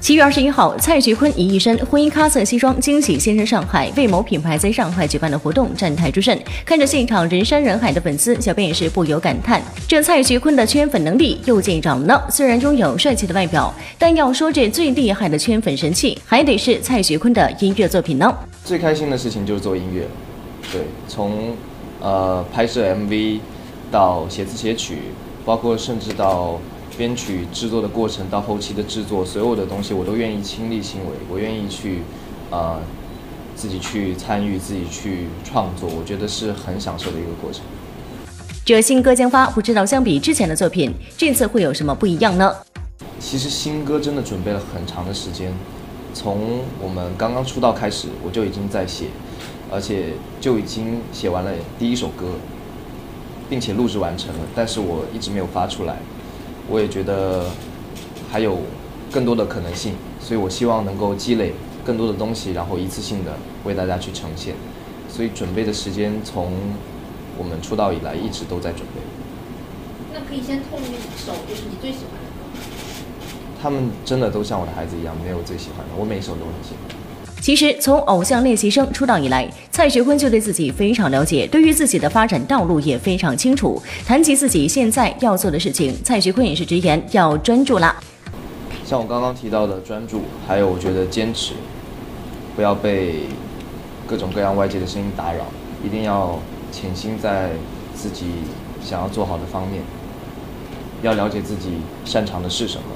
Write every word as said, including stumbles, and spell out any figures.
七月二十一号，蔡徐坤以一身婚姻咖色西装惊喜现身上海，为某品牌在上海举办的活动站台助阵。看着现场人山人海的粉丝，小编也是不由感叹：这蔡徐坤的圈粉能力又见长了呢。虽然拥有帅气的外表，但要说这最厉害的圈粉神器，还得是蔡徐坤的音乐作品呢。 最开心的事情就是做音乐，对，从呃拍摄 M V 到写词写曲，包括甚至到编曲制作的过程到后期的制作，所有的东西我都愿意亲力亲为，我愿意去，呃，自己去参与，自己去创作，我觉得是很享受的一个过程。 这新歌将发，不知道相比之前的作品，这次会有什么不一样呢？ 其实新歌真的准备了很长的时间，从我们刚刚出道开始，我就已经在写，而且就已经写完了第一首歌，并且录制完成了，但是我一直没有发出来。我也觉得还有更多的可能性，所以我希望能够积累更多的东西，然后一次性的为大家去呈现。所以准备的时间从我们出道以来一直都在准备。 那可以先透露一首就是你最喜欢的歌。 他们真的都像我的孩子一样，没有最喜欢的，我每一首都很喜欢。 其实从偶像练习生出道以来，蔡徐坤就对自己非常了解，对于自己的发展道路也非常清楚。谈及自己现在要做的事情，蔡徐坤也是直言要专注啦。 像我刚刚提到的专注，还有我觉得坚持，不要被各种各样外界的声音打扰，一定要潜心在自己想要做好的方面，要了解自己擅长的是什么，